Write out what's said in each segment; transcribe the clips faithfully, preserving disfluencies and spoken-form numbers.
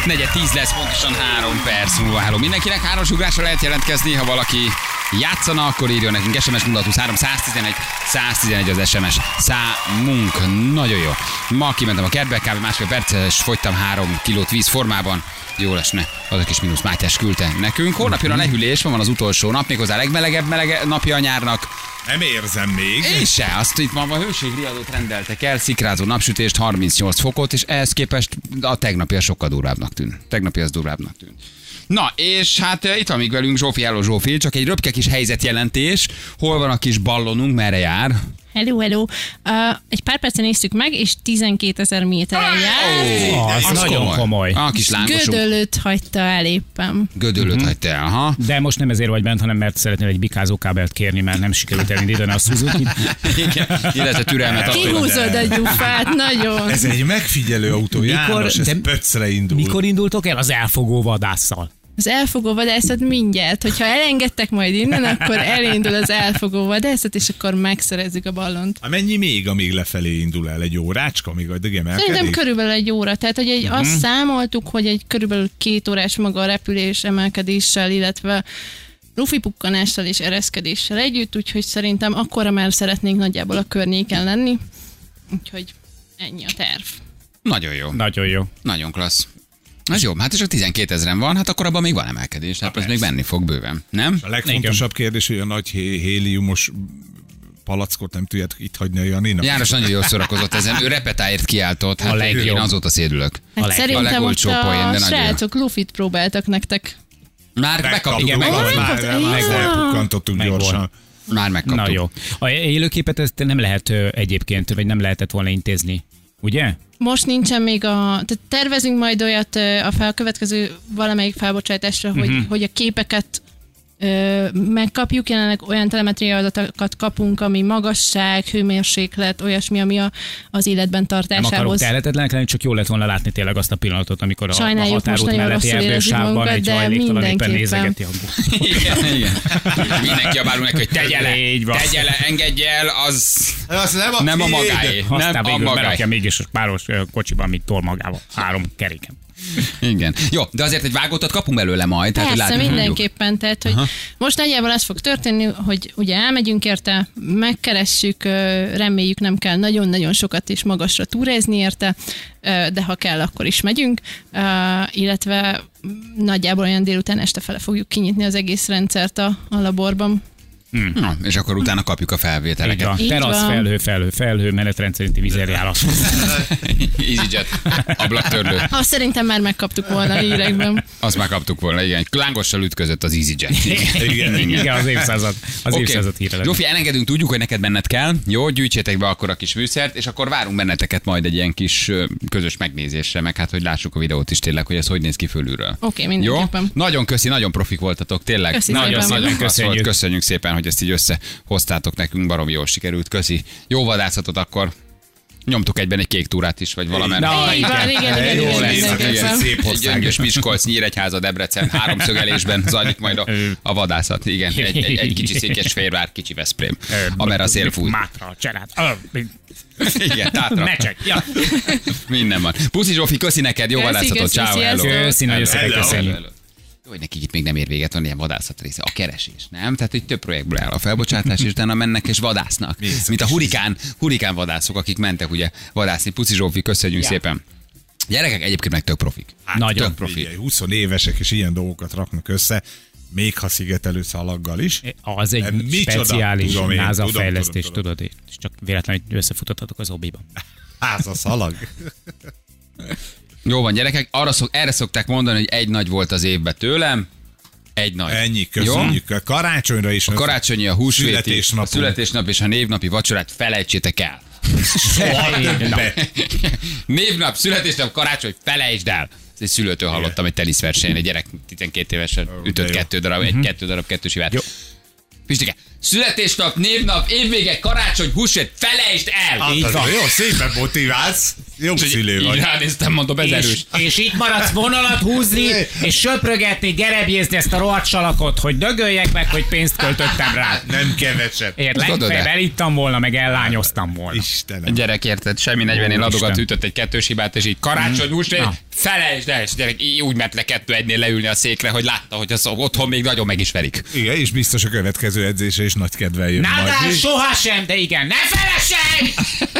negyed tíz lesz, pontosan három perc múlva. Háló mindenkinek, hármas ugrásra lehet jelentkezni, ha valaki játszana, akkor írjon nekünk es em es nulla húsz három száztizenegy száztizenegy az es em es számunk. Nagyon jó. Ma kimentem a kertbe, kb. Másfél perces, fogytam három kilót víz formában. Jó lesne, az a kis mínusz Mátyás küldte nekünk. Holnap jön a lehűlés, van az utolsó nap, méghozzá a legmelegebb melege napja a nyárnak. Nem érzem még. Én se, azt itt ma a hőségriadót rendeltek el, szikrázó napsütést, harmincnyolc fokot, és ehhez képest a tegnapi a sokkal durvábbnak tűnt. Tegnapi az durvábbnak tűnt. Na, és hát itt van még velünk Zsófi, hello Zsófi, csak egy röpke kis helyzetjelentés. Hol van a kis ballonunk, merre jár? Hello, hello. Uh, egy pár percen néztük meg, és tizenkétezer méteren jár. Oh, az, az nagyon komoly. komoly. A kis lángosunk. Gödöllőt hagyta el éppen. Gödöllőt uh-huh. hagyta el, ha. De most nem ezért vagy bent, hanem mert szeretnél egy bikázókábelt kérni, mert nem sikerült elindítani a Suzuki-t. Illetve türelmet adott. Kihúzod a gyufát, nagyon. Ez egy megfigyelő autó, János, ez pöccre indul. Mikor indultok el? Az elfogó vadásszal. Az elfogó vadászat mindjárt. Hogyha elengedtek majd innen, akkor elindul az elfogó vadászat, és akkor megszerezzük a ballont. Mennyi még, amíg lefelé indul el? Egy órácska, amíg addig emelkedik? Szerintem körülbelül egy óra. Tehát, hogy egy, uh-huh. azt számoltuk, hogy egy körülbelül két órás maga a repülés emelkedéssel, illetve lufipukkanással és ereszkedéssel együtt, úgyhogy szerintem akkora már szeretnénk nagyjából a környéken lenni. Úgyhogy ennyi a terv. Nagyon jó. Nagyon jó. Nagyon klassz. Az jó, hát csak tizenkétezren van, hát akkor abban még van emelkedés, hát az még benni fog bőven, nem? A legfontosabb kérdés, hogy a nagy héliumos palackot nem tudjátok itt hagyni a Janinak. János nagyon jól szórakozott ezen, ő repetáért kiáltott, hát én azóta szédülök. Hát a szerintem ott a srácok lufit próbáltak nektek. Már megkaptuk, igen, megpukkantottuk gyorsan. Már megkaptuk. Na jó. A élőképet ezt nem lehet egyébként, vagy nem lehetett volna intézni, ugye? Most nincsen még a... Tehát tervezünk majd olyat a felkövetkező valamelyik felbocsátásra, uh-huh. hogy, hogy a képeket ö, megkapjuk. Jelenleg olyan telemetriai adatokat kapunk, ami magasság, hőmérséklet, olyasmi, ami a, az életben tartásához. Nem akarok tehetetlenek lenni, csak jól lett volna látni tényleg azt a pillanatot, amikor a, a határút melletti erdősávban egy hajléktalan éppen nézegeti a igen, igen. Mindenki abálunk neki, hogy tegye le, tegye le, engedj el, az, az nem a, nem a magáé. Aztán nem végül a magáé. berakja mégis a páros kocsiban, amit tol magával. Három keréken. Igen. Jó, de azért egy vágótot kapunk belőle majd. Persze, tehát, hogy mindenképpen. Tehát, hogy most nagyjából az fog történni, hogy ugye elmegyünk érte, megkeressük, reméljük nem kell nagyon-nagyon sokat és magasra túrázni érte, de ha kell, akkor is megyünk, illetve nagyjából olyan délután este fele fogjuk kinyitni az egész rendszert a, a laborban. Hmm. Na, és akkor utána kapjuk a felvételeket. Terasz, felhő, felhő, felhő, menetrend szerinti vizerjárat. EasyJet, ablaktörlő. Azt szerintem már megkaptuk volna a hírekben. Azt már kaptuk volna, igen. Lángossal ütközött az EasyJet. Igen, igen, igen, az évszázad, az okay. évszázad híre. Zsófi, elengedünk, tudjuk, hogy neked benned kell. Jó, gyűjtsétek be akkor a kis műszert, és akkor várunk benneteket majd egy ilyen kis közös megnézésre, meg hát, hogy lássuk a videót is tényleg, hogy ez hogy néz ki fölülről. Oké, okay, mindenképpen. Jó? Nagyon köszi, nagyon profik voltatok, tényleg. Köszi nagyon, szépen. nagyon köszönjük. köszönjük szépen, hogy ezt így összehoztátok nekünk, baromi jól sikerült. Köszi. Jó vadászatot akkor. Nyomtuk egyben egy kék túrát is, vagy valamelyik. Na, igen, igen, igen, jó igen, lesz. igen, Egy Gyöngyös, Miskolc, Nyíregyháza, Debrecen, háromszögelésben zajlik majd a, a vadászat. Igen, egy, egy, egy kicsi Székesfehérvár, kicsi Veszprém, amerre a szél fúj. Mátra, Cserád. Igen, Tátra. Mecsek, ja. Minden van. Puszi Zsófi, köszi neked, jó vadászatot. Ciao, hello. Köszi, nagyon szépen köszönjük. Hogy nekik itt még nem ér véget, van ilyen vadászat része, a keresés, nem? Tehát, hogy több projektből áll a felbocsátás, és utána mennek és vadásznak. Mészek mint a hurikán, hurikán vadászok, akik mentek ugye vadászni. Puszi Zsófi, köszönjük ja. szépen. Gyerekek egyébként meg tök profik. Hát, nagyon tök profik. húsz évesek és ilyen dolgokat raknak össze, még ha szigetelő szalaggal is. Az egy micsoda, speciális tudom én, NASA tudom, fejlesztés, tudom, tudom. tudod, és csak véletlenül összefutattatok az hobbiban. Ház a szalag. Jó van, gyerekek, arra szok, erre szokták mondani, hogy egy nagy volt az évben tőlem. Egy nagy. Ennyi, köszönjük. Jó? A karácsonyra is. A karácsonyi, a húsvéti, születésnapunk. a születésnap és a névnapi vacsorát felejtsétek el. Névnap, születésnap, karácsony, felejtsd el. Ezt egy szülőtől hallottam egy teniszversenyen, egy gyerek tizenkét évesen ütött kettő darab, egy kettő darab kettős hibát. Pistike, születésnap, névnap, évvége, karácsony, húsvét, felejtsd el! Hát, így van. Jó, szépen motiválsz. Jó szülő vagy. Így ránéztem, mondom, ez erős. És, és itt maradsz vonalat húzni, és söprögetni, gerebjézni ezt a rohadt salakot, hogy dögöljek meg, hogy pénzt költöttem rá. Nem keveset. Ért, legfeljebb elittam volna, meg ellányoztam volna. Istenem. Gyerek, érted, semmi negyvenél adogat, ütött egy kettős hibát, és így karácsony húsvét, felejtsd el, és gyerek, így úgy mert le kettő egynél leülni a székre, hogy látta, hogy az otthon még nagyon meg is verik. Igen, és biztos a következő edzése is nagy kedvel jön Nádás, majd. sohasem, de igen, ne felesej!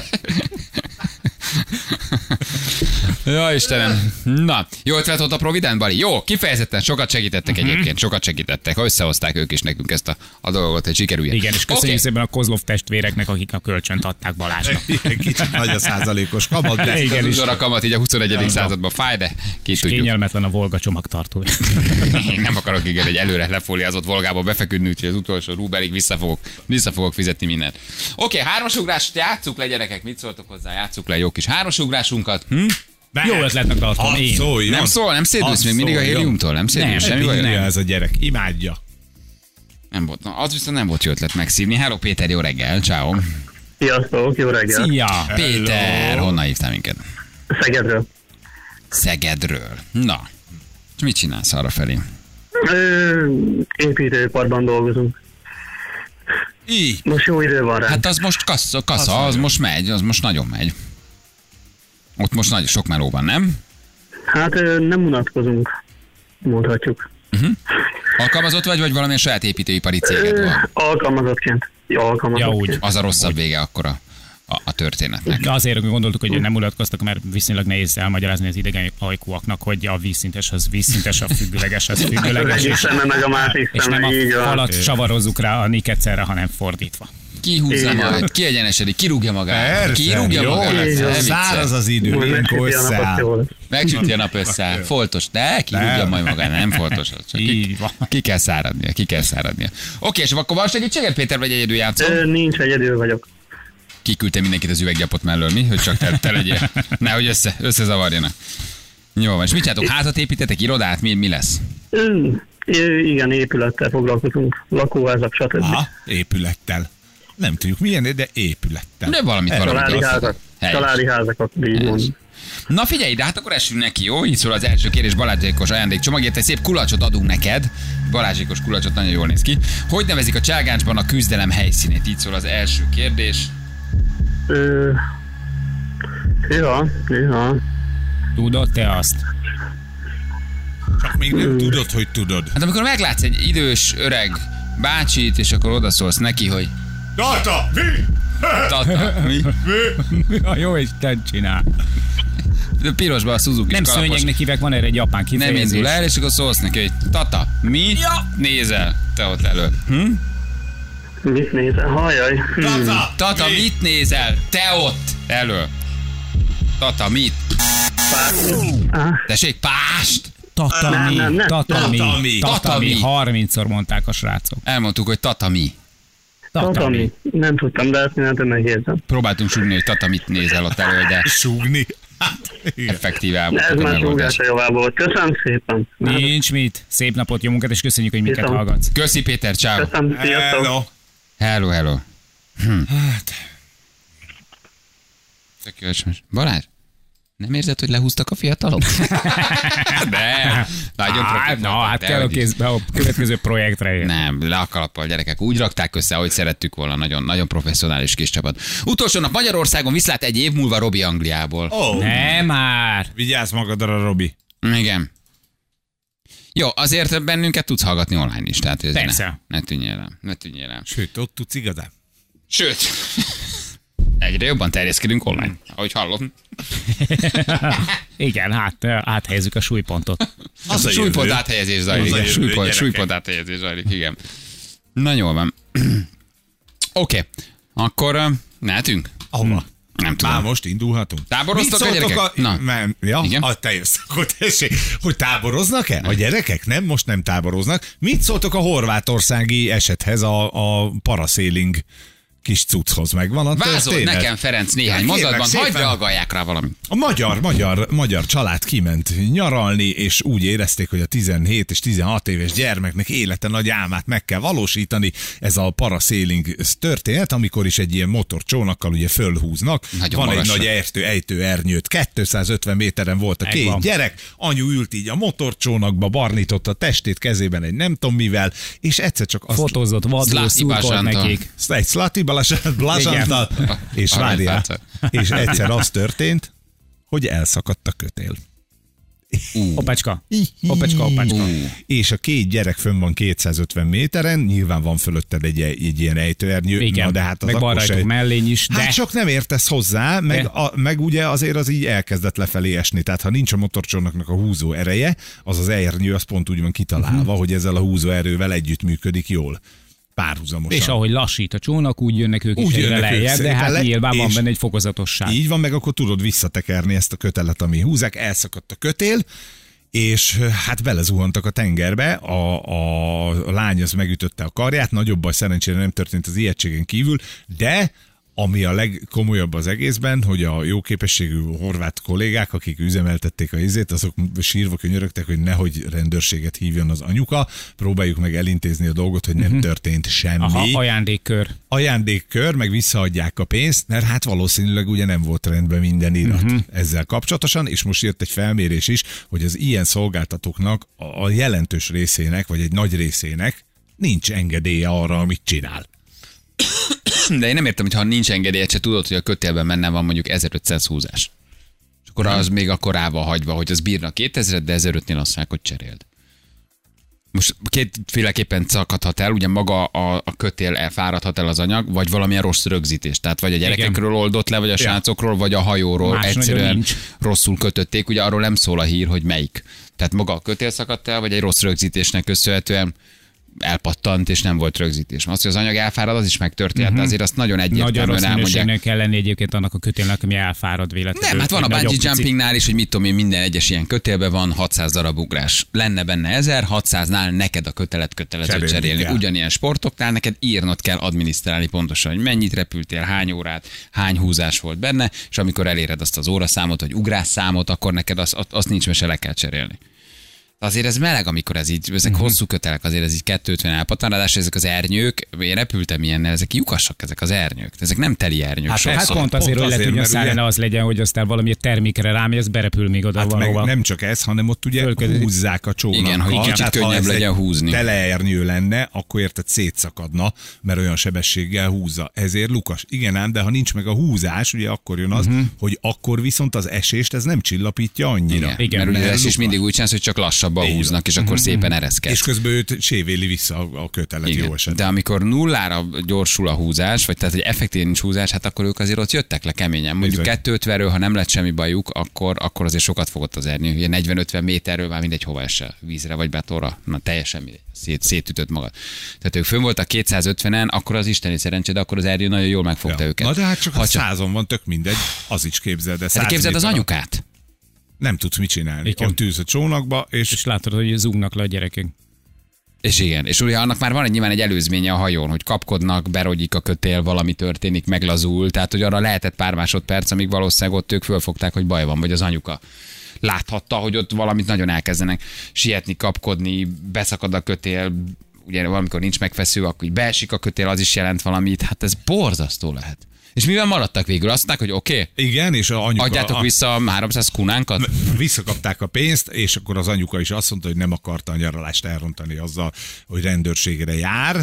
Ja, Istenem. Na, jó ötlet volt a Provident, Bali? Jó, kifejezetten sokat segítettek uh-huh. egyébként, sokat segítettek. Összehozták ők is nekünk ezt a, a dolgot, hogy sikerüljön. Igen, és köszönjük okay. szépen a Kozlov testvéreknek, akik a kölcsönt adták Balázsnak. Igen, kicsit nagy a százalékos kamat. De igen, is. A kamat így a huszonegyedik században fáj, de ki tudjuk. Kényelmetlen a Volga csomagtartó. Én nem akarok igen egy előre lefóliázott Volgába befeküdni, úgyhogy az utolsó rubelig vissza fogok, vissza fogok fizetni mindent. Oké, okay, hármasugrást játsszuk le, gyerekek, mit szóltok hozzá? Játsszuk le jó kis hármasugrásunkat. Hm? Be. Jó ötletnek tartom én. Szóljon. Nem szól, nem szédülsz még mindig a héliumtól, nem szédülsz, semmi baj. Nem, ez a gyerek, imádja. Nem volt, na, az viszont nem volt jó ötlet megszívni. Hello Péter, jó reggel, ciao. Sziasztok, jó reggel. Szia. Péter, Hello. honnan hívtál minket? Szegedről. Szegedről. Na, és mit csinálsz arra felé? Ö, építőiparban dolgozunk. Így. Most jó idő van rá. Hát az most kasza, kasza az most megy, az most nagyon megy. Ott most nagy sok meló van, nem? Hát ö, nem unatkozunk, mondhatjuk. Uh-huh. Alkalmazott vagy, vagy valamilyen saját építőipari céged Ö, van? alkalmazottként. Ja, alkalmazottként. Ja, úgy. Az a rosszabb vége akkor a, a, a történetnek. De azért gondoltuk, hogy nem mulatkoztak, mert viszonylag nehéz elmagyarázni az idegen ajkúaknak, hogy a vízszintes az vízszintes, a függőleges az függőleges. Az egyik szeme meg a másik És nem szeme, így a van. falat savarozzuk rá a niketszerre, hanem fordítva. Ki húzza majd, ki egyenesedik, ki rúgja magát. Persze, Ki rúgja jó, magát. így van. Ne Száraz az idő, Majd ilyenkor megsüti a napot, összeáll. jól lesz. Megsüti a nap össze. Foltos, de ki rúgja majd magát, nem foltos. Csak ki, Így van. ki kell száradnia, ki kell száradnia. Oké, és akkor van segítséged, Péter, vagy egyedül játszol? Ö, nincs, egyedül vagyok. Kiküldte mindenkit az üveggyapot mellől, mi? Hogy csak te, te legyél. Nehogy össze, összezavarjanak. Jó van, és mit csináltok? Házat építetek, irodát? Mi, mi lesz? Ö, igen, épülettel foglalkozunk. Lakóházak, stb. Aha, épülettel. Nem tudjuk milyen, de épülettel. De valamit Helyes. valamit. Családi azt- házak. Helyes. Családi házakat, így mondom. Na figyelj, de hát akkor essünk neki, jó? Így szól az első kérés, Balázsékos ajándékcsomagért. Egy szép kulacsot adunk neked. Balázsékos kulacsot, nagyon jól néz ki. Hogy nevezik a cselgáncsban a küzdelem helyszínét? Így szól az első kérdés. Ö, ja, ja. Tudod te azt? Csak még nem tudod, hogy tudod. Hát amikor meglátsz egy idős, öreg bácsit, és akkor odaszólsz neki, hogy Tata, mi? tata, mi? A jó Isten csinál. De pirosban a Suzuki Nem szőnyegnek hívek, van erre egy japán Nem kifejezés. indul el, és akkor szólsz neki, hogy tata, mi? Ja. Nézel te ott elő. Hm? Mit nézel? Hajjaj. Hm. Tata, Tata, mi? mit nézel? Te ott elő. Tata, mit? Ah, Tessék, pást! Tatami, Nem, nem, nem. tatami, Tatami. tatami, Tatami. harmincszor mondták a srácok. Elmondtuk, hogy tata, mi? Tatami. Nem tudtam, de ezt mindent megérzem. Próbáltunk sugni, hogy tata, mit nézel ott elő, de Súgni. Hát, igen. effektíve De ez volt a már megoldás. súgása javába volt. Köszönöm szépen. Nincs mit. Szép napot, jó munkát, és köszönjük, hogy minket Viszont. hallgatsz. Köszi Péter, ciao. Köszönöm, sziasztok. Hello. Hello, hello. Hát, Tök jó, most. Balázs, nem érzed, hogy lehúztak a fiatalok? De, nagyon Á, profi na, voltak, hát de kell a, hogy is. kézbe, a következő projektre jön. Nem, le a kalappal, gyerekek. Úgy rakták össze, ahogy szerettük volna. Nagyon, nagyon professzionális kis csapat. Utolsó nap Magyarországon, viszlát egy év múlva Robi Angliából. ó, Nem már. vigyázz magadra, Robi. Igen. Jó, azért bennünket tudsz hallgatni online is, tehát hogy Persze. Ne, ne tűnjél el, ne tűnjél el. Sőt, ott tudsz igazán. Sőt, egyre jobban terjeszkedünk online, ahogy hallom. Igen, hát áthelyezzük a súlypontot. Az a Súlypont jövő. áthelyezés zajlik. Az a Igen, jövő, súlypont, gyerekek. súlypont áthelyezés zajlik, igen. Na jól van. Oké, okay. Akkor uh, mehetünk? Ahova? Nem tudom. Már most indulhatunk. Táboroztok Mit a szóltok gyerekek? A... Na. Nem, ja, Igen? a te jössz. Akkor tessék, hogy táboroznak-e? A gyerekek? Nem, most nem táboroznak. Mit szóltok a horvátországi esethez, a, a parasailing kis cucchoz megvan a Vázolj történet. nekem, Ferenc, néhány Kérlek mondatban, szépen. hagyd reagálják rá valamit. A magyar, magyar, magyar család kiment nyaralni, és úgy érezték, hogy a tizenhét és tizenhat éves gyermeknek élete nagy álmát meg kell valósítani. Ez a parasailing történet, amikor is egy ilyen motorcsónakkal ugye fölhúznak. Nagyon Van magasra. egy nagy ejtő, ejtőernyőt, kétszázötven méteren volt a két Megvan. gyerek, anyu ült így a motorcsónakba, barnította a testét kezében egy nem tudom mivel, és egyszer csak azt... Fotózott, vadul, Zlati szurkolt Bazsanta. nekik. Egy szlati blazsanttal, és várjál, és egyszer az történt, hogy elszakadt a kötél. Hoppácska. Hoppácska, hoppácska. És a két gyerek fönn van kétszázötven méteren, nyilván van fölötted egy, egy ilyen ejtőernyő, Igen, na de hát az meg van akkor rajtuk se... mellény is, de... Hát csak nem értesz hozzá, meg, De. a, meg ugye azért az így elkezdett lefelé esni. Tehát ha nincs a motorcsónaknak a húzó ereje, az az ernyő, az pont úgy van kitalálva, uh-huh. hogy ezzel a húzó erővel együtt működik jól. Párhuzamosan. És ahogy lassít a csónak, úgy jönnek ők Úgy is egyre jönnek ők lejjebb, de hát szépen le- nyilván van és- benne egy fokozatosság. Így van, meg akkor tudod visszatekerni ezt a kötelet, ami húzák, elszakadt a kötél, és hát belezuhantak a tengerbe, a, a, a lány az megütötte a karját, nagyobb baj szerencsére nem történt az ijegységen kívül, de ami a legkomolyabb az egészben, hogy a jó képességű horvát kollégák, akik üzemeltették a izét, azok sírva könyörögtek, hogy nehogy rendőrséget hívjon az anyuka, próbáljuk meg elintézni a dolgot, hogy nem uh-huh. történt semmi. Aha, ajándékkör. Ajándékkör, meg visszaadják a pénzt, mert hát valószínűleg ugye nem volt rendben minden irat uh-huh. ezzel kapcsolatosan, és most jött egy felmérés is, hogy az ilyen szolgáltatóknak a a jelentős részének, vagy egy nagy részének nincs engedélye arra, amit csinál. De én nem értem, hogy ha nincs engedélyed, se tudod, hogy a kötélben benne van mondjuk ezerötszáz húzás. És akkor az még akkor rá van hagyva, hogy az bírna kétezret, de ezerötnél azt mondják, hogy cseréld. Most kétféleképpen szakadhat el, ugye maga a, a kötél elfáradhat el az anyag, vagy valamilyen rossz rögzítés. Tehát vagy a gyerekekről oldott le, vagy a srácokról, vagy a hajóról Más nagyon egyszerűen nincs. rosszul kötötték. Ugye arról nem szól a hír, hogy melyik. Tehát maga a kötél szakadt el, vagy egy rossz rögzítésnek köszönhetően elpattant, és nem volt rögzítés. Azt, hogy az anyag elfárad, az is megtörtént, uh-huh. de azért azt nagyon Nagyon egyértelműen rossz elmondják. minőségnek kell lenni egyébként annak a kötélnek, ami elfárad véletlenül. Nem, hát van a Egy bungee nagyobb pici- jumpingnál is, hogy mit tudom én, minden egyes ilyen kötélben van hatszáz darab ugrás. Lenne benne ezer, hatszáznál neked a kötelet kötelező Cserélni cserélni. kell. Ugyanilyen sportoknál neked írnod kell adminisztrálni pontosan, hogy mennyit repültél, hány órát, hány húzás volt benne, és amikor eléred azt az óraszámot, vagy ugrásszámot, akkor neked azt, azt nincs mese, le kell cserélni. Azért ez meleg, amikor ez így, ezek uh-huh. hosszú kötelek, azért ez így kétszázötven elpattan, ráadásul ezek az ernyők, én repültem ilyennel, ezek lyukasak, ezek az ernyők, ezek nem teli ernyők. Hát, sokszor. hát pont azért, hogy le azért, tudjon mert szállni, ugye- ne az legyen, hogy aztán valami termékre rámész, berepül még oda Hát meg valahova. nem csak ez, hanem ott ugye Fölközi. húzzák a csónakkal. Igen, hogy kicsit Tehát, ha könnyebb ez egy legyen húzni. teleernyő lenne, akkor érted szétszakadna, mert olyan sebességgel húzza. Ezért lukas. Igen ám, de ha nincs meg a húzás, ugye akkor jön az, uh-huh. hogy akkor viszont az esést ez nem csillapítja annyira. Igen, Igen, mert ugye mert ez is lukas. mindig úgy csinálsz, hogy csak lassabban Így húznak, és akkor szépen ereszkedsz. És közben őt sévéli vissza a a kötelet jó Igen. esetben. De amikor nullára gyorsul a húzás, vagy tehát, hogy effektíven nincs húzás, hát akkor ők azért ott jöttek le keményen. Mondjuk Bizony. kettőötvenről, ha nem lett semmi bajuk, akkor, akkor azért sokat fogott az ernyő. Ugye negyven-ötven méterről már mindegy hova esel, vízre vagy betonra, na teljesen mindegy. Szét, szétütött magad. Tehát ők fönn voltak kétszázötvenen, akkor az isteni szerencse, de akkor az ernyő nagyon jól megfogta Ja. őket. Na de hát csak Ha a százon van, tök mindegy, az is képzeld. De Hát száz képzeld az méter anyukát. nem tudsz mit csinálni. Igen. Ott ülsz a csónakba, és, És látod, hogy zúgnak le a gyerekek. És igen, és ugye annak már van egy, nyilván egy előzménye a hajón, hogy kapkodnak, berogyik a kötél, valami történik, meglazul, tehát hogy arra lehetett pár másodperc, amíg valószínűleg ott ők fölfogták, hogy baj van, vagy az anyuka láthatta, hogy ott valamit nagyon elkezdenek sietni, kapkodni, beszakad a kötél, ugye valamikor nincs megfeszül, akkor így beesik a kötél, az is jelent valamit, hát ez borzasztó lehet. És mivel maradtak végül? Azt mondták, hogy oké, okay, igen, és a anyuka... adjátok a, vissza a háromszáz kunánkat? Visszakapták a pénzt, és akkor az anyuka is azt mondta, hogy nem akarta a nyaralást elrontani azzal, hogy rendőrségre jár.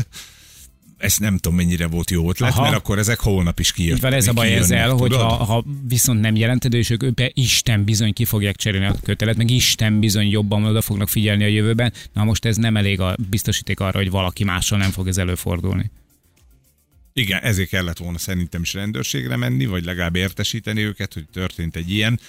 Ezt nem tudom, mennyire volt jó ötlet, Aha. mert akkor ezek holnap is kijönnek. Így van, ez a baj kijönnek, ezzel, hogy tudod? ha, ha viszont nem jelented, és ők be Isten bizony ki fogják cserélni a kötelet, meg Isten bizony jobban oda fognak figyelni a jövőben. Na most ez nem elég a biztosíték arra, hogy valaki mással nem fog ez előfordulni. Igen, ezért kellett volna szerintem is rendőrségre menni, vagy legalább értesíteni őket, hogy történt egy ilyen.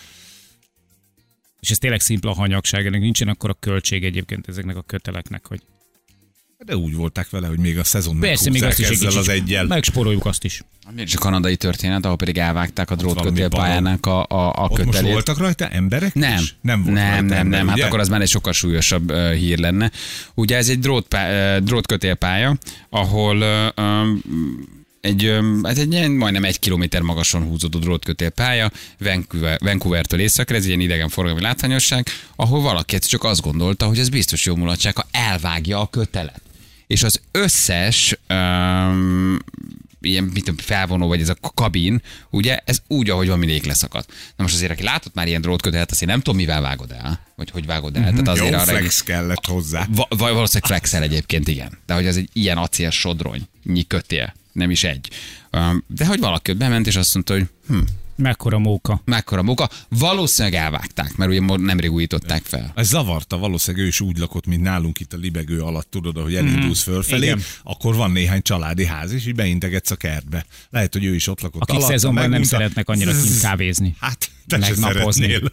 És ez tényleg szimpla hanyagság, ennek nincsen akkor a költség egyébként ezeknek a köteleknek, hogy De úgy voltak vele, hogy még a szezon persze még azt is egy ezzel kicsit az egyel. megspóroljuk azt is. És a kanadai történet, ahol pedig elvágták a valami drótkötélpályának a, a, a Ott most kötelét. voltak rajta emberek Nem, is? Nem, volt nem, rajta nem, ember, nem. Hát ugye? akkor az már egy sokkal súlyosabb uh, hír lenne. Ugye ez egy drótpá, uh, drótkötélpálya, ahol uh, um, egy, öm, hát egy ilyen majdnem egy kilométer magason húzódó drótkötélpálya, Vancouver, Vancouvertől északra, ez egy ilyen idegenforgalmi látványosság, ahol valaki csak azt gondolta, hogy ez biztos jó mulatság, ha elvágja a kötelet. És az összes öm, ilyen mit tudom, felvonó, vagy ez a kabin, ugye, ez úgy, ahogy van, mindig leszakadt. Na most azért, aki látott már ilyen drótkötelet, azért nem tudom, mivel vágod el, vagy hogy vágod el. Mm-hmm. Tehát azért Jó arra flex kellett hozzá. Va- valószínűleg flexel egyébként, igen. De hogy az egy ilyen acél sodronynyi kötél, nem is egy. De hogy valaki bement, és azt mondta, hogy hm, Mekkora móka. mekkora móka. Valószínűleg elvágták, mert ugye nemrég újították fel. Ez zavarta, valószínűleg ő is úgy lakott, mint nálunk itt a libegő alatt, tudod, ahogy elindulsz fölfelé, Igen. akkor van néhány családi ház, és így beintegetsz a kertbe. Lehet, hogy ő is ott lakott Akik alatt. szezonban nem megmondta- szeretnek annyira kint kávézni. Hát, te se Megnapozni. szeretnél.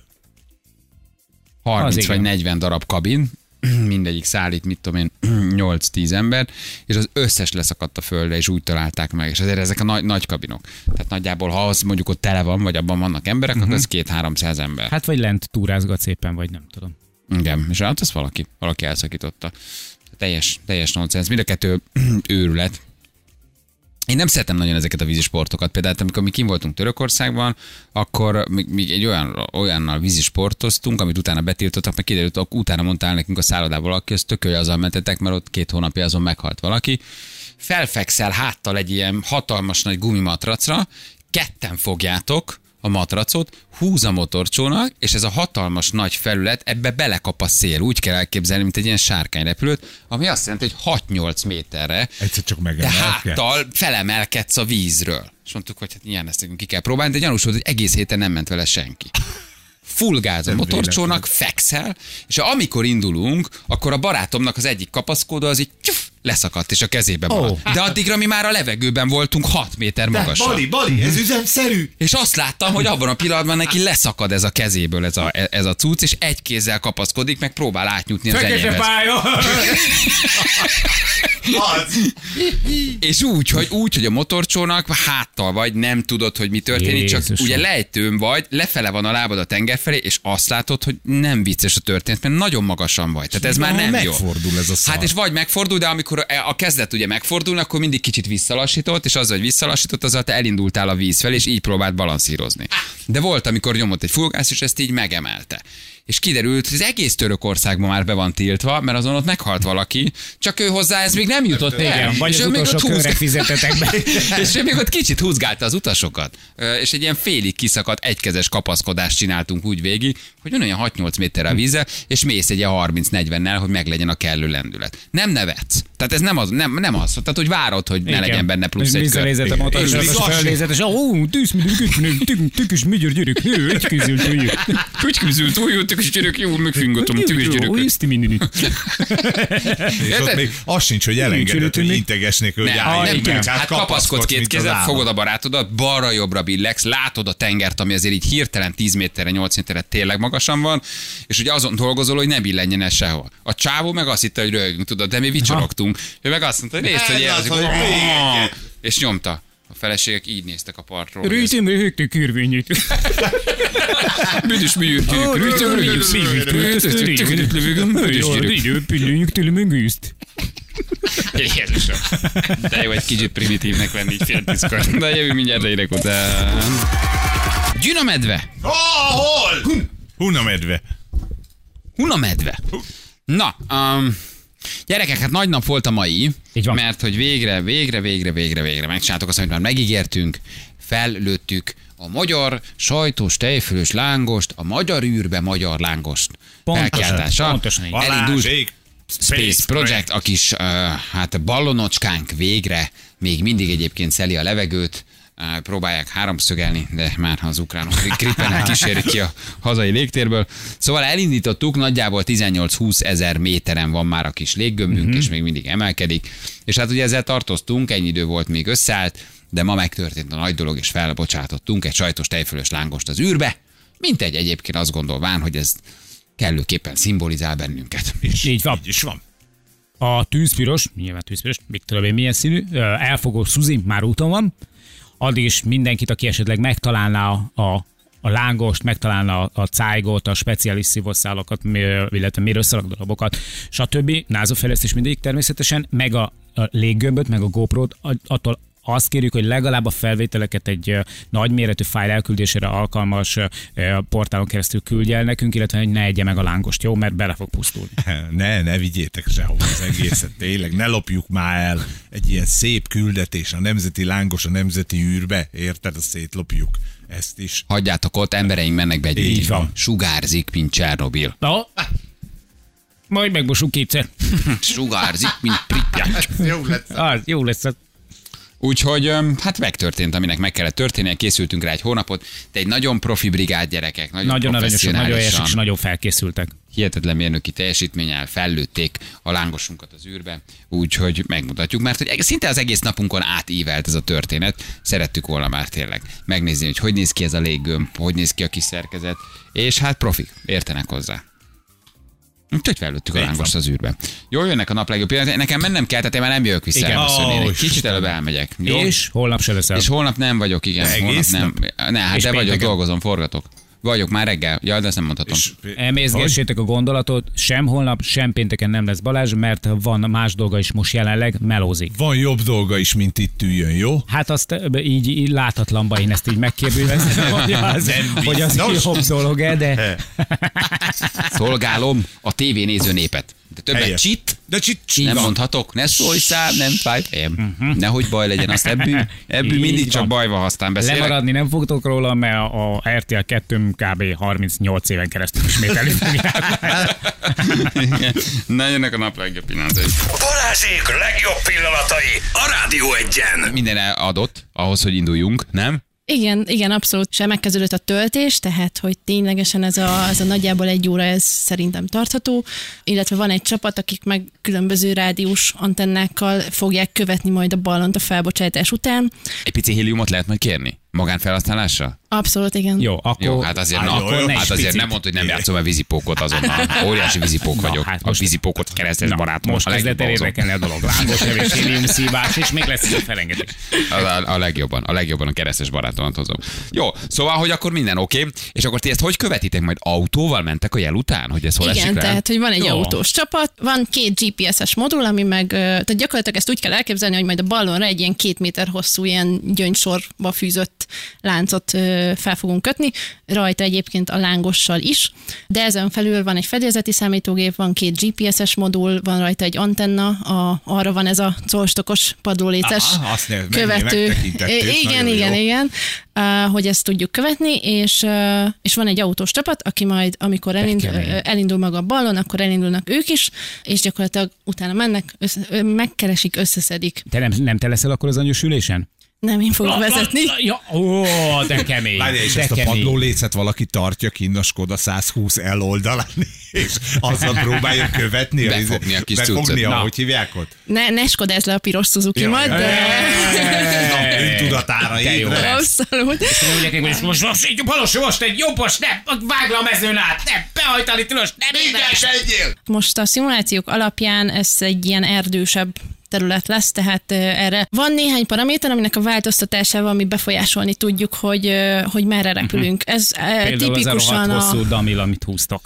harminc Az vagy igen. negyven darab kabin, mindegyik szállít, mit tudom én, nyolc-tíz ember, és az összes leszakadt a földre, és úgy találták meg. És azért ezek a nagy, nagy kabinok. Tehát nagyjából, ha az mondjuk ott tele van, vagy abban vannak emberek, uh-huh. akkor az két-háromszáz ember. Hát vagy lent túrázgat szépen, vagy nem tudom. Igen, és hát azt valaki, valaki elszakította. Teljes, teljes nonsens. Mind a kettő őrület. Én nem szeretem nagyon ezeket a vízisportokat. Például, amikor mi kim voltunk Törökországban, akkor még, még egy olyan, olyannal vízisportoztunk, amit utána betiltottak, meg kiderült, akkor utána mondta el nekünk a szállodából, aki azt tök, hogy azzal mentetek, mert ott két hónapja azon meghalt valaki. Felfekszel háttal egy ilyen hatalmas nagy gumimatracra, ketten fogjátok a matracot, húz a motorcsónak, és ez a hatalmas nagy felület, ebbe belekap a szél. Úgy kell elképzelni, mint egy ilyen sárkányrepülőt, ami azt jelenti, hogy hat-nyolc méterre Egyszer csak de megemelkedsz. háttal felemelkedsz a vízről. És mondtuk, hogy hát ilyen ezt nekünk ki kell próbálni, de gyanús volt, hogy egész héten nem ment vele senki. Full gáz a Nem motorcsónak, fekszel, és amikor indulunk, akkor a barátomnak az egyik kapaszkodó az így csuf, leszakadt, és a kezébe maradt. Ó. De addigra mi már a levegőben voltunk hat méter magasra. Bali, Bali, ez üzemszerű. És azt láttam, hogy abban a pillanatban neki leszakad ez a kezéből ez a, ez a cucc, és egy kézzel kapaszkodik, meg próbál átnyújtni az Fekete enyémhez. pálya! Az. És úgy hogy, úgy, hogy a motorcsónak háttal vagy, nem tudod, hogy mi történik, csak Jézusom. ugye lejtőn vagy, lefele van a lábad a tenger felé, és azt látod, hogy nem vicces a történet, mert nagyon magasan vagy. Tehát ez már nem jó. Megfordul ez a szar. Hát és vagy megfordul, de amikor a kezdet ugye megfordul, akkor mindig kicsit visszalassított, és azzal, hogy visszalassított, azzal te elindultál a víz felé, és így próbált balanszírozni. De volt, amikor nyomott egy fullgász, és ezt így megemelte. És kiderült, hogy az egész Törökországban már be van tiltva, mert azon ott meghalt valaki, csak ő hozzá ez még nem jutott el. Igen, vagy És az ő még utolsó ott körre húzga- fizetetek be. és ő még ott kicsit húzgálta az utasokat. Ö, És egy ilyen félig kiszakadt egykezes kapaszkodást csináltunk úgy végig, hogy van olyan hat-nyolc méterre a vízzel, és mész egy ilyen harminc-negyvennel, hogy meglegyen a kellő lendület. Nem nevetsz. Tehát ez nem az, nem, nem az. Tehát, hogy várod, hogy ne Igen. legyen benne plusz egy kör. Visszanézett a motor, és És az még az felnézett, és ó, tűz, tükös, magyar gyerek, egy kézül tudjuk. Hogy küzdült, úgy jöttek, és gyerek, jól megfingatom a tűz Ó, gyereket. ezt mindig. És ott még az sincs, hogy elengedett, hogy Csörötőnik. integesnék, hogy Nem, állj, nem meg, tudsz. Hát kapaszkodsz kapaszkodsz, két mint az kézzel, állat. fogod a barátodat, balra-jobbra billegsz, látod a tengert, ami azért így hirtelen tíz méterre, nyolc méterre tényleg magasan van, és ugye azon dolgozol, hogy ne billenjen el sehol. A csávó meg azt hitte, hogy röhögünk, tudod, de mi vicsorogtunk. Ő meg azt mondta, hogy nézd, hogy Ez érzik, az, hogy még egyet. és nyomta. A feleségek így néztek a partról. Rőzsön röhögtük körvényét. Büdös műjürtjük, rőzsön Időpillőjük tőle meg őszt. Jézusom. De jó, egy kicsit primitívnek lenni így fél tízkor. De jövő mindjárt egyre után. Gyünamedve. Hol? Hunamedve. Hunamedve. Na, um, gyerekek, hát nagy nap volt a mai, Így van. mert hogy végre, végre, végre, végre, végre megcsináltuk azt, amit már megígértünk, fellőttük a magyar sajtos tejfölös lángost, a magyar űrbe magyar lángost Pontosan, felkiáltása. pontosan így. Elindult Balázsék. Space Project, a kis uh, hát ballonocskánk végre még mindig egyébként szeli a levegőt, uh, próbálják háromszögelni, de már az ukránok krippennel kísérik ki a hazai légtérből. Szóval elindítottuk, nagyjából tizennyolc-húsz ezer méteren van már a kis léggömbünk, mm-hmm. és még mindig emelkedik. És hát ugye ezzel tartoztunk, ennyi idő volt, még összeállt, de ma megtörtént a nagy dolog, és felbocsátottunk egy sajtos tejfölös lángost az űrbe, mint egy egyébként azt gondolván, hogy ez kellőképpen szimbolizál bennünket. Így van. Így is van. A tűzpiros, nyilván tűzpiros, még tudom én milyen színű, ö, elfogó Suzi már úton van. Addig is mindenkit, aki esetleg megtalálná a, a, a lángost, megtalálná a, a cájgot, a speciális szívószálakat, illetve mérőszalagdarabokat, stb. NASA fejlesztés mindegyik természetesen, meg a, a léggömböt, meg a GoPro-t, attól azt kérjük, hogy legalább a felvételeket egy ö, nagyméretű fájl elküldésére alkalmas ö, portálon keresztül küldje el nekünk, illetve hogy ne egye meg a lángost, jó? Mert bele fog pusztulni. Ne, ne vigyétek sehova az egészet, tényleg, ne lopjuk már el egy ilyen szép küldetés, a nemzeti lángos a nemzeti űrbe, érted, azt szétlopjuk ezt is. Hagyjátok ott, embereink mennek be egy Így ülésbe. van. Sugárzik, mint Csernobil. No. Majd megmosunk kétszer. Sugárzik, mint Pripyat. Jó lesz. Az, jó lesz. Az. Úgyhogy öm, hát megtörtént, aminek meg kellett történnie, készültünk rá egy hónapot, de egy nagyon profi brigád gyerekek, nagyon, Nagyon aranyosak, nagyon helyesek, és professzionálisan, nagyon felkészültek. hihetetlen mérnöki teljesítménnyel fellőtték a lángosunkat az űrbe, úgyhogy megmutatjuk, mert hogy szinte az egész napunkon átívelt ez a történet. Szerettük volna már tényleg megnézni, hogy hogy néz ki ez a léggömb, hogy néz ki a kis szerkezet, és hát profik, értenek hozzá. Úgyhogy fellőttük a lángost az űrbe. Jól jönnek a nap legjobb pillanat. Nekem mennem kell, tehát én már nem jövök vissza Igen. elköszönni. Ó, Egy kicsit Istenem. előbb elmegyek. Jó? És holnap se leszel. És holnap nem vagyok, igen. De Holnap egész nem. Ne, hát És de vagyok, pénteken? dolgozom, forgatok. Vagyok már reggel. Ja, de ezt nem mondhatom. Emészgessétek a gondolatot, sem holnap, sem pénteken nem lesz Balázs, mert van más dolga is most jelenleg, melózik. Van jobb dolga is, mint itt üljön, jó? Hát azt ö, így, így láthatlanban én ezt így megkérdőjelezem, hogy az, hogy az biztos. jobb dolog-e, de Szolgálom a tévénéző népet. De többet Helyes. csit, De csit, csit nem van. mondhatok, ne szólj szám, nem fáj fejem. Nehogy baj legyen, azt ebből, ebből Így mindig csak van. baj van, ha aztán beszélek. lemaradni nem fogtok róla, mert a er té el kettő kb. harmincnyolc éven keresztül ismételni fogják. Igen. Na, jönnek a nap legjobb pillanatai. Balázsék legjobb pillanatai a Rádió Egyen. Minden adott ahhoz, hogy induljunk, nem? Igen, igen, abszolút sem megkezdődött a töltés, tehát hogy ténylegesen ez a, ez a nagyjából egy óra, ez szerintem tartható, illetve van egy csapat, akik meg különböző rádiós antennákkal fogják követni majd a ballont a felbocsátás után. Egy pici héliumot lehet majd kérni? Magánfelhasználásra? Abszolút, igen. Jó, akkor, Jó, hát azért, Á, na, jó, akkor jó, hát egy azért picit. nem mondd, hogy nem játszom el vízipókot azonnal. Óriási vízipók Na, vagyok. hát A most- vízipókot keresztes barátom. most a legjobb kezdett el ahhozom. érdekelni a dolog. Lángos evés, héliumszívás, és még lesz is a felengedés. A, a, a legjobban, a legjobban a keresztes barátomat hozom. Jó, szóval, hogy akkor minden oké, okay. És akkor ti ezt hogy követitek? Majd autóval mentek a jel után, hogy ez hol esik Igen, rá? tehát, hogy van egy Jó. autós csapat, van két gé pé es-es modul, ami meg, ö, tehát gyakorlatilag ezt úgy kell elképzelni, hogy majd a ballonra egy ilyen két méter hosszú, ilyen gyöngysorba fűzött láncot ö, fel fogunk kötni, rajta egyébként a lángossal is, de ezen felül van egy fedélzeti számítógép, van két gé pé es-es modul, van rajta egy antenna, a, arra van ez a colstokos padlóléces Aha, azt ne- követő. megtekintettük, Igen, nagyon igen, jó. igen, uh, hogy ezt tudjuk követni, és, uh, és van egy autós csapat, aki majd, amikor elindul, kemény. elindul maga a ballon, akkor elindulnak ők is, és gyakorlatilag utána mennek, össze, ö, megkeresik, összeszedik. Te nem, nem te leszel akkor az anyós ülésen? Nem, én fogok vezetni. Ja, ó, de kemény. Várj, és de ezt a kemény. padlólécet valaki tartja kinn a Skoda száz húsz el oldalán, és azzal próbálja követni. Befogni a kis Befogni, cuccot. a, Na. hogy hívják ott? Ne, ne skodázz le a piros Suzuki Jaj, majd, jaj, de... Na, öntudatára Te jó ébred. lesz. Abszolút. Mondják neki, hogy most, most, egy balos, most egy jobbos, nem, vágd le a mezőn át, nem, behajtani tilos, nem, nem, Egyél! Most a szimulációk alapján ez egy ilyen erdősebb terület lesz, tehát uh, erre van néhány paraméter, aminek a változtatásával mi befolyásolni tudjuk, hogy, uh, hogy merre repülünk. Ez uh, Például az a tipikusan rohadt a... hosszú damil, amit húztok.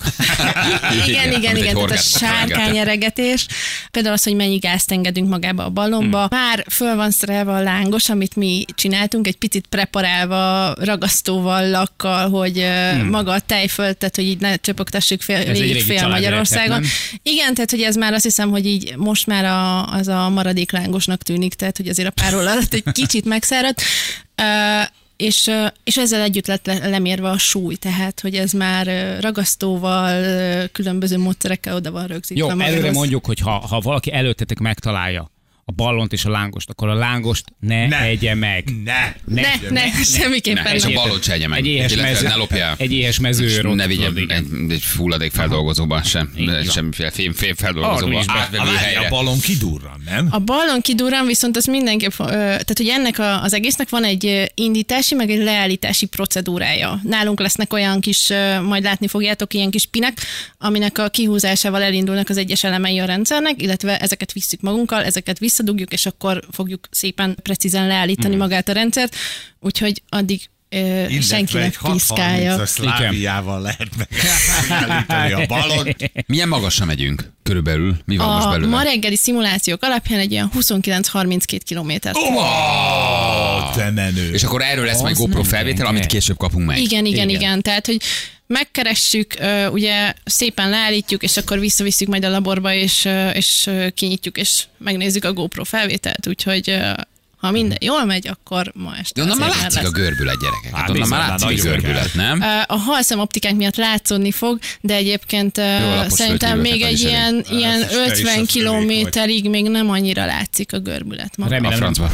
Igen, igen, amit egy igen, tehát a horgátba sárkányeregetés. Például az, hogy mennyi gázt engedünk magába a ballonba. Hmm. Már föl van szerelve a lángos, amit mi csináltunk, egy picit preparálva, ragasztóval, lakkal, hogy hmm. maga a tejfölt, tehát hogy így ne csöpögtessük fél, egy régi végig fél család Magyarországon. lehet, Igen, tehát hogy ez már azt hiszem, hogy így most már a, az a maradék lángosnak tűnik, tehát hogy azért a párol alatt egy kicsit megszáradt. Uh, és, uh, és ezzel együtt lett le- lemérve a súly, tehát hogy ez már uh, ragasztóval, uh, különböző módszerekkel oda van rögzítve. Jó, magához. előre mondjuk, hogy ha, ha valaki előttetek megtalálja a ballont és a lángost, akkor a lángost ne, Ne. egye meg. Ne! Ne, ne, ne, semmiképpen Ne, és a nem. ballont se egye meg. Egy éhes Illetve mező, ne lopja el. egy éhes mezőről. Ne vigye tudod, igen. egy, egy fulladék feldolgozóban sem, Így van. semmiféle fém, fém Arról feldolgozóban. is be- A, Átvevő a helyre. ballon kidurran, nem? A ballon kidurran, viszont az mindenképp, ö, tehát hogy ennek a, az egésznek van egy ö, indítási, meg egy leállítási procedúrája. Nálunk lesznek olyan kis, ö, majd látni fogjátok, ilyen kis pinek, aminek a kihúzásával elindulnak az egyes elemei a rendszernek, illetve ezeket visszük magunkkal, ezeket visszadugjuk, és akkor fogjuk szépen precízen leállítani hmm. magát a rendszert, úgyhogy addig ö, senki ne egy piszkálja. hatszázharmincas szláviával lehet megállítani a ballont. Milyen magasra megyünk? Körülbelül. Mi van most A belőle? ma reggeli szimulációk alapján egy ilyen huszonkilenc harminckét kilométert. Oh, De menő. És akkor erről lesz majd Az GoPro nem felvétel, gyenge. amit később kapunk meg. Igen, igen, Igen. igen. Tehát, hogy megkeressük, ö, ugye szépen leállítjuk, és akkor visszavisszük majd a laborba, és, ö, és ö, kinyitjuk, és megnézzük a GoPro felvételt, úgyhogy ö, ha minden jól megy, akkor ma este. De onnan már azért látszik a lesz. görbület, gyerekek. Hát Hát onnan bizony, már már látszik a nagyon görbület, nem? Ö, A halszem optikánk miatt látszódni fog, de egyébként ö, lapos szerintem földkívül még fel egy is ilyen, elég. ilyen Hát, te is ötven az kilométerig még nem annyira látszik a görbület maga. A Remélem, francba.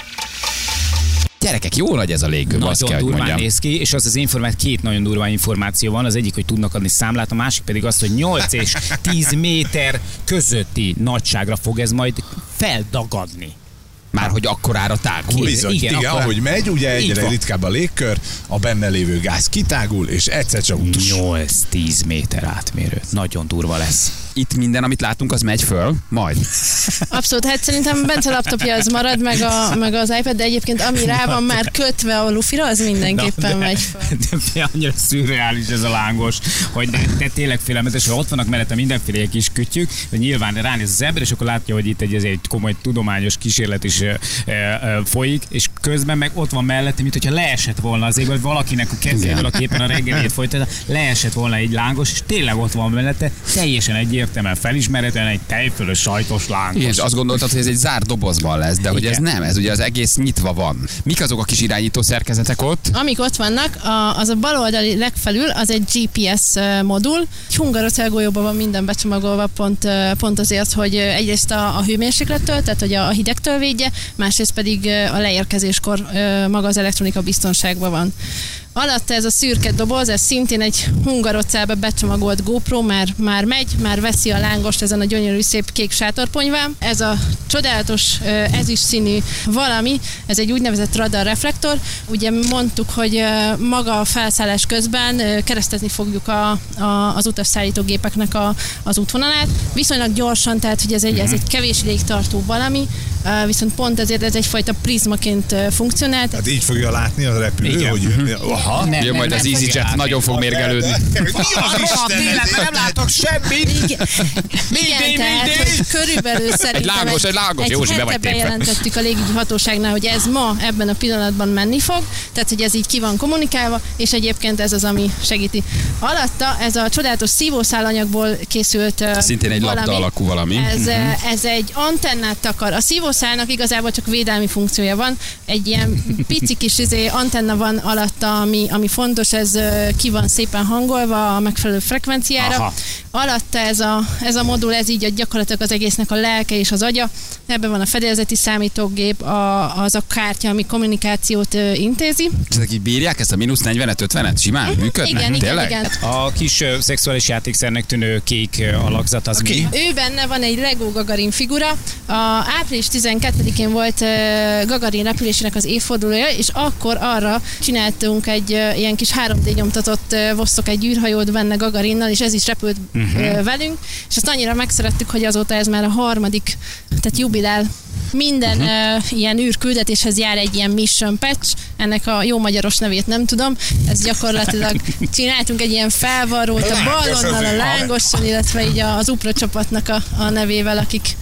Gyerekek, jó nagy ez a légkör, azt kell, nagyon hogy durván mondjam. néz ki, és az az informát, két nagyon durván információ van. Az egyik, hogy tudnak adni számlát, a másik pedig az, hogy nyolc és tíz méter közötti nagyságra fog ez majd feldagadni. Már hogy akkorára tágul. Bizony, Igen, igen, akkor- ahogy megy, ugye Így egyre van. ritkább a légkör, a benne lévő gáz kitágul, és egyszer csak nyolc-tíz méter átmérő. Nagyon durva lesz. Itt minden, amit látunk, az megy föl, majd. Abszolút, hát szerintem Bence laptopja az marad, meg, a, meg az iPad, de egyébként ami rá van már kötve a lufira, az mindenképpen de, megy fel. de, de annyira szürreális ez a lángos, hogy de, de tényleg félelmetes, hogy ott vannak mellette mindenféle kis kütyük, de nyilván ránéz az ember, és akkor látja, hogy itt egy, ez egy komoly tudományos kísérlet is e, e, folyik, és közben meg ott van mellette, mint hogyha leesett volna az ég, vagy valakinek a kezéből, aki éppen a reggelét folytatja, leesett volna egy lángos, és tényleg ott van mellette, teljesen egyértelműen felismerhetően egy tejfölös sajtos lángos. Igen, és azt gondoltad, hogy ez egy zárt dobozban lesz, de hogy ez Igen. nem, ez ugye az egész nyitva van. Mik azok a kis irányító szerkezetek ott? Amik ott vannak, a, az a baloldali legfelül, az egy gé pé es modul. Egy hungarocell golyóban van minden becsomagolva, pont, pont azért, hogy egyrészt a, a hőmérséklettől, tehát hogy a hidegtől védje, másrészt pedig a leérkezéskor maga az elektronika biztonságban van. Alatta ez a szürke doboz, ez szintén egy hungarocellbe becsomagolt GoPro, már, már megy, már veszi a lángost ezen a gyönyörű szép kék sátorponyván. Ez a csodálatos ezüst színű valami, ez egy úgynevezett radarreflektor. Ugye mondtuk, hogy maga a felszállás közben keresztezni fogjuk a, a, az utasszállítógépeknek a, az útvonalát. Viszonylag gyorsan, tehát hogy ez egy, ez egy kevés ideig tartó valami, viszont pont ezért ez egyfajta prizmaként funkcionál. hát így fogja látni a repülő, Igen. hogy aha, Nem, Jön nem, majd nem az fogja EasyJet, látni. nagyon fog mérgelődni. Mi az Isten? nem látok semmit! Igen, igen tehát hogy körülbelül szerintem lángos, egy lángos. egy Józsi, be hete vagy tépve. bejelentettük a légügyi hatóságnál, hogy ez ma ebben a pillanatban menni fog, tehát hogy ez így ki van kommunikálva, és egyébként ez az, ami segíti. Alatta ez a csodálatos szívószálanyagból készült uh, Szintén egy valami. labda alakú valami. Ez, uh, ez egy antennát takar. A szívószálnak igazából csak védelmi funkciója van. Egy ilyen pici kis izé, antenna van alatta, ami, ami fontos, ez uh, ki van szépen hangolva a megfelelő frekvenciára. Aha. Alatta ez a, ez a modul, ez így a gyakorlatilag az egésznek a lelke és az agya. Ebben van a fedélzeti számítógép, a, az a kártya, ami kommunikációt uh, intézi. Ezek így bírják ezt a mínusz negyvenet, ötvenet? Simán működnek? Igen, igen, Tényleg? igen. A kis ö, szexuális játékszernek tűnő kék ö, alakzat az mi? Ő benne van egy Lego Gagarin figura. A április tizenkettedikén volt uh, Gagarin repülésének az évfordulója, és akkor arra csináltunk egy uh, ilyen kis három dé nyomtatott uh, vosszok egy űrhajót benne Gagarinnal, és ez is repült uh-huh. uh, velünk, és azt annyira megszerettük, hogy azóta ez már a harmadik, tehát jubilál. Minden uh-huh. uh, ilyen űrküldetéshez jár egy ilyen mission patch, ennek a jó magyaros nevét nem tudom, ez gyakorlatilag csináltunk egy ilyen felvarrót a ballonnal, a lángoson, illetve így az UPRA csapatnak a, a nevével, akik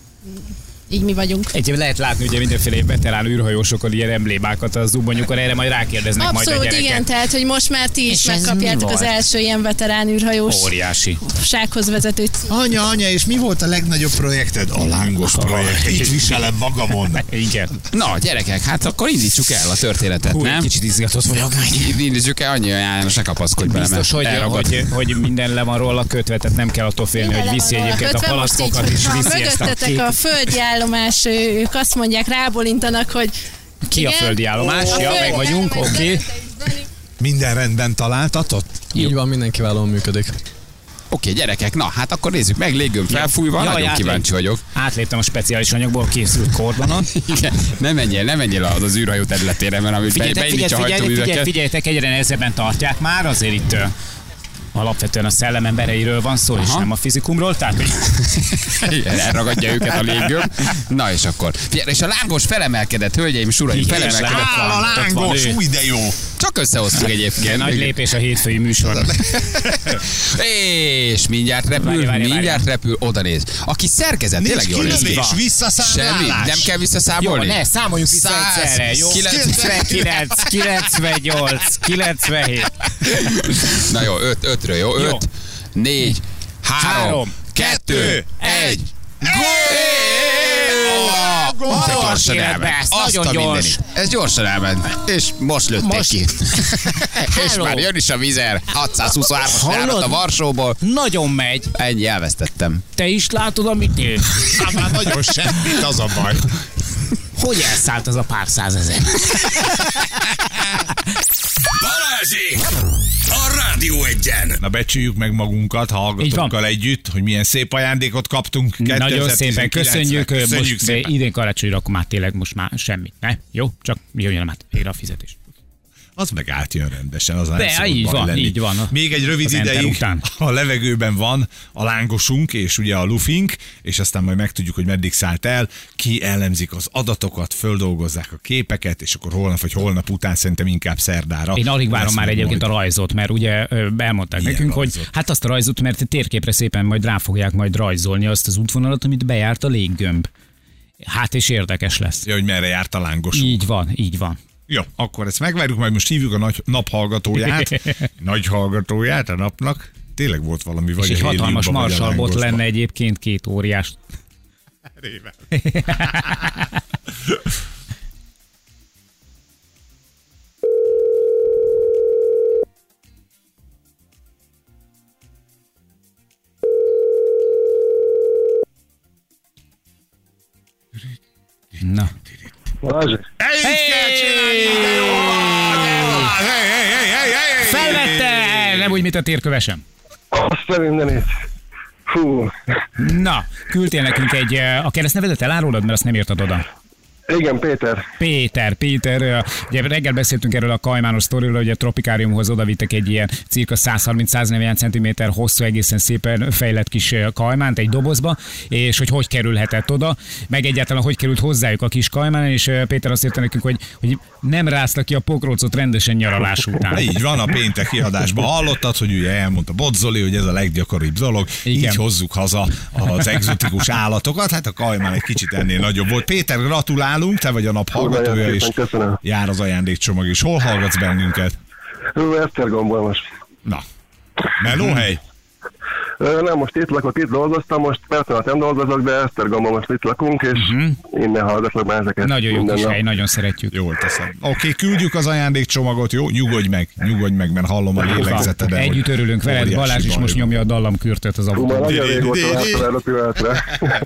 így mi vagyunk. Egyébként lehet látni ugye mindenféle veterán űrhajósokon ilyen emblémákat az zubbonyukon, erre majd rákérdeznek majd a Abszolút gyerekek. igen, tehát hogy most már ti is És ez mi megkapjátok az volt? első ilyen veterán űrhajós Óriási. sághoz vezető cím. Anya, anya, és mi volt a legnagyobb projekted? A lángos projekt. Így viselem magamon. Igen. Na, gyerekek, hát akkor indítsuk el a történetet, Hú, nem? kicsit izgatott vagyok. Indítsuk el, annyi János, ne kapaszkodj bele, Biztos, mert hogy, elragad. hogy, hogy minden le van róla kötve, tehát nem kell attól félni, hogy viszi egyébként a Kötve most így, palackokat, és ha viszi ezt a mögöttetek kék. a földi állomás, ők azt mondják, rábólintanak, hogy Ki a igen, földi állomás? a Ja, földi meg vagyunk, állomás, oké. Dani, te is, Dani. Minden rendben találtatott? Így van, minden kiválóan működik. Oké, gyerekek, na, hát akkor nézzük meg, légőm felfújva, Jaj, nagyon átlép- kíváncsi vagyok. Átléptem a speciális anyagból készült kordonon. Igen, nem menjél, nem menjél az, az űrhajó területére, mert ami be, Figyeljetek, beindítja a figyeljetek, figyeljetek, hajtóműveket. figyeljetek, egyre nehezebben tartják már, azért itt ö, alapvetően a szellem embereiről van szó, és Aha. nem a fizikumról, tehát hogy Elragadja őket a légőm. Na és akkor. Figyelj, és a lángos felemelkedett, hölgyeim és uraim, Igen, felemelkedett. és Áll a Ott van lángos, ő. új de jó. Csak összehoztuk egyébként. Nagy lépés a hétfői műsorban. És mindjárt repül, Várj, várj, mindjárt várj. repül, oda néz. Aki szerkezett, tényleg jól néz ki. Kilövés, visszaszámlálás. Semmi, nem kell visszaszámolni. Jó, ne, számoljunk vissza Száz, egyszerre, jó? kilencvenkilenc, kilencvennyolc, kilencvenhét. Na jó, öt, ötről, jó? Jó. Öt, négy, három, Három, kettő, egy. Gól! Gól! De gyorsan Életbe, elment. ez Azt nagyon a gyors. mindenit. Ez gyorsan elment. És most lőttek Most- ki. És Hello. már jön is a vizer. hatszázhuszonhármas Hallod? járat a Varsóból. Nagyon megy. Ennyi, elvesztettem. Te is látod, amit én? Hát már nagyon semmit, az a baj. Hogy elszállt az a pár százezer? Balázsék! A Rádió Egyen! Na becsüljük meg magunkat Így hallgatókkal van. együtt, hogy milyen szép ajándékot kaptunk. Nagyon szépen köszönjük. Köszönjük Most szépen. idén karácsonyra akkor már tényleg most már semmit, ne? Jó? Csak jöjjön már ére a fizetés. Az meg átjön rendesen, az De, nem szokott így baj van, lenni. így van. Még egy rövid Az enter ideig után. a levegőben van a lángosunk, és ugye a lufink, és aztán majd megtudjuk, hogy meddig szállt el, ki elemzik az adatokat, földolgozzák a képeket, és akkor holnap vagy holnap után szerintem inkább szerdára. Én alig várom lesz már meg egyébként majd. a rajzot, mert ugye ö, elmondták Milyen nekünk, rajzot? hogy hát azt a rajzot, mert térképre szépen majd rá fogják majd rajzolni azt az útvonalat, amit bejárt a léggömb. Hát és érdekes lesz. Ja, hogy merre járt a lángosunk. Így van, így van. Jó, akkor ezt megvárjuk, majd most hívjuk a nagy naphallgatóját, nagy hallgatóját a napnak. Tényleg volt valami, vagy És egy a hatalmas héliumban, vagy a marsalbot lángosban. lenne egyébként két óriás. Na. Balázs, Így kell csinálni, de jó van, de jó van. Hey, hey, hey, hey, hey. Felvette! Nem úgy, mint a térkövesem. azt a mindenit. Fú, Na, küldtél nekünk egy, eh, a keresztnevedet elárulod, mert azt nem írtad oda. igen, Péter. Péter, Péter, ö, ugye reggel beszéltünk erről a kajmános sztoriról, hogy a tropikáriumhoz odavittek egy ilyen cirka száz harminc száz negyven centiméter hosszú, egészen szépen fejlett kis ö, kajmánt egy dobozba, és hogy hogy kerülhetett oda, meg egyáltalán hogy került hozzájuk a kis kajmán, és ö, Péter azt írta nekünk, hogy, hogy nem rázta ki a pokrócot rendesen nyaralás után. Így van, a pénteki adásban hallottad, hogy ugye elmondta Bodzoli, hogy ez a leggyakoribb dolog. Igen. Így hozzuk haza az egzotikus állatokat. Hát a kajmán egy kicsit ennél nagyobb volt. Péter, gratulálunk, te vagy a nap hallgatója, Nagyon és szépen köszönöm. jár az ajándékcsomag is. Hol hallgatsz bennünket? Hú, Esztergomból most. Na, melóhely? Ö, Nem, most itt lakok, itt dolgoztam, most persze nem dolgozok, de Esztergomból most itt lakunk, és uh-huh. innen hallgatlak már ezeket. Nagyon jó minden kis nap. hely, nagyon szeretjük. Jól teszed. Oké, okay, küldjük az ajándékcsomagot, jó? Nyugodj meg, nyugodj meg, mert hallom a lélegzeteden. Együtt örülünk veled, óriási Balázs is baj most van. nyomja a dallamkürtöt az Hú, már autóban. nagyon régóta vártam erre a pillanatra.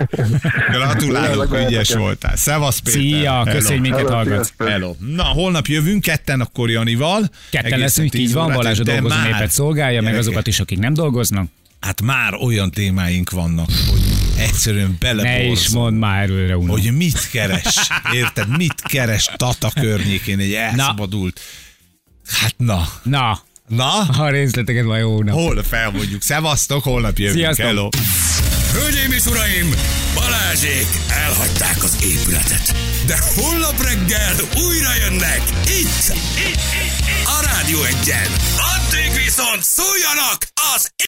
Gratulálok, Tényleg ügyes leheteket. voltál. Szevasz, Péter. Szia, Hello. köszönjük, minket Hello, hallgatsz. sziasztok. Hello. Na, holnap jövünk, ketten akkor Janival. Ketten Egészen leszünk, tíz így van, órától, Balázs a de dolgozó már, népet szolgálja, meg gyerekek, azokat is, akik nem dolgoznak. Hát már olyan témáink vannak, hogy egyszerűen Ne is beleborzom. mondd már erőre, unom. Hogy mit keres, érted? Mit keres Tata környékén egy elszabadult. Hát na, Na, na, a részleteket majd jó nap. hol felmondjuk. Szevasztok, holnap jövünk. Sziasztok. Hello. Hölgyeim és uraim, Balázsék elhagyták az épületet. De holnap reggel újra jönnek itt, itt, itt, itt. A Rádió Egyen. Addig viszont szóljanak az